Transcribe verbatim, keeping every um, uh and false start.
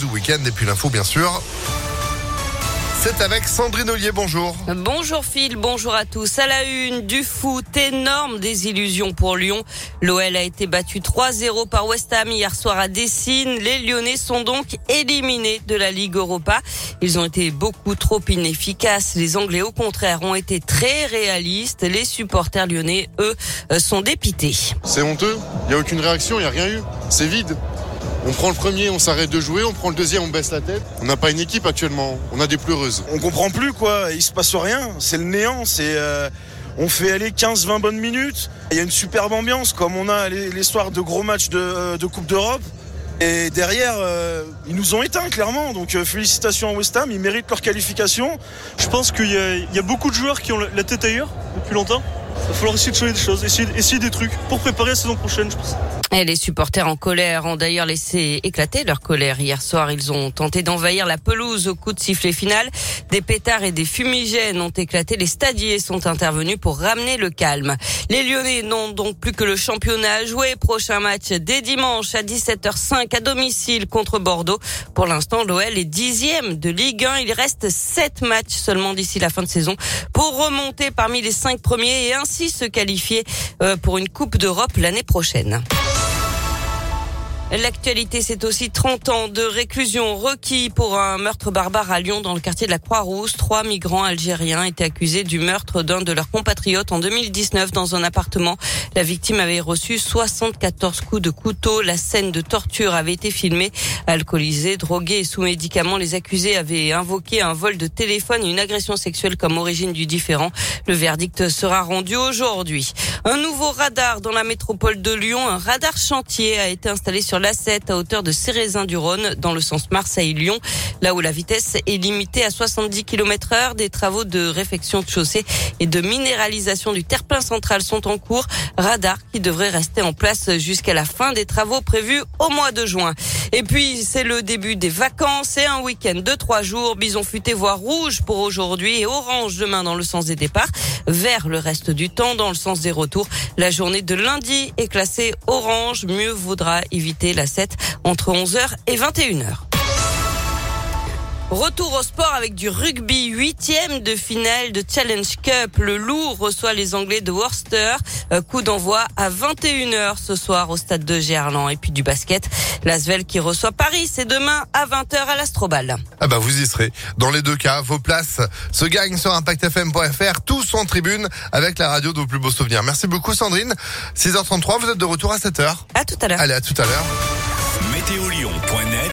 du week-end. Et puis l'info, bien sûr. C'est avec Sandrine Ollier, bonjour. Bonjour Phil, bonjour à tous. À la une du foot, énorme désillusion pour Lyon. L'O L a été battu trois zéro par West Ham hier soir à Dessine. Les Lyonnais sont donc éliminés de la Ligue Europa. Ils ont été beaucoup trop inefficaces. Les Anglais, au contraire, ont été très réalistes. Les supporters lyonnais, eux, sont dépités. C'est honteux. Il n'y a aucune réaction, il n'y a rien eu. C'est vide. On prend le premier, on s'arrête de jouer, on prend le deuxième, on baisse la tête. On n'a pas une équipe actuellement, on a des pleureuses. On comprend plus quoi, il se passe rien, c'est le néant, c'est euh, on fait aller quinze vingt bonnes minutes. Il y a une superbe ambiance comme on a les, les soirs de gros matchs de, de Coupe d'Europe. Et derrière, euh, ils nous ont éteints clairement, donc euh, félicitations à West Ham, ils méritent leur qualification. Je pense qu'il y a, il y a beaucoup de joueurs qui ont la tête ailleurs depuis longtemps. Il va falloir essayer de changer des choses, essayer, essayer des trucs pour préparer la saison prochaine, je pense. Et les supporters en colère ont d'ailleurs laissé éclater leur colère. Hier soir, ils ont tenté d'envahir la pelouse au coup de sifflet final. Des pétards et des fumigènes ont éclaté. Les stadiers sont intervenus pour ramener le calme. Les Lyonnais n'ont donc plus que le championnat à jouer. Prochain match dès dimanche à dix-sept heures cinq à domicile contre Bordeaux. Pour l'instant, l'O L est dixième de Ligue un. Il reste sept matchs seulement d'ici la fin de saison pour remonter parmi les cinq premiers et ainsi se qualifier pour une Coupe d'Europe l'année prochaine. L'actualité, c'est aussi trente ans de réclusion requis pour un meurtre barbare à Lyon dans le quartier de la Croix-Rousse. Trois migrants algériens étaient accusés du meurtre d'un de leurs compatriotes en deux mille dix-neuf dans un appartement. La victime avait reçu soixante-quatorze coups de couteau. La scène de torture avait été filmée. Alcoolisés, drogués et sous médicaments, les accusés avaient invoqué un vol de téléphone et une agression sexuelle comme origine du différend. Le verdict sera rendu aujourd'hui. Un nouveau radar dans la métropole de Lyon. Un radar chantier a été installé sur l'A sept à hauteur de Cérézin-du-Rhône dans le sens Marseille-Lyon, là où la vitesse est limitée à soixante-dix kilomètres heure. Des travaux de réfection de chaussée et de minéralisation du terre-plein central sont en cours. Radar qui devrait rester en place jusqu'à la fin des travaux prévus au mois de juin. Et puis, c'est le début des vacances et un week-end de trois jours. Bison futé voire rouge pour aujourd'hui et orange demain dans le sens des départs. Vert le reste du temps dans le sens des retours. La journée de lundi est classée orange. Mieux vaudra éviter la sept entre onze heures et vingt et une heures. Retour au sport avec du rugby, huitième de finale de Challenge Cup. Le Loup reçoit les Anglais de Worcester. Coup d'envoi à vingt et une heures ce soir au stade de Gerland. Et puis du basket, l'Asvel qui reçoit Paris, c'est demain à vingt heures à l'Astrobal. Ah bah vous y serez. Dans les deux cas, vos places se gagnent sur impact f m point f r, tous en tribune avec la radio de vos plus beaux souvenirs. Merci beaucoup Sandrine. six heures trente-trois, vous êtes de retour à sept heures. À tout à l'heure. Allez, à tout à l'heure. Météo Lyon.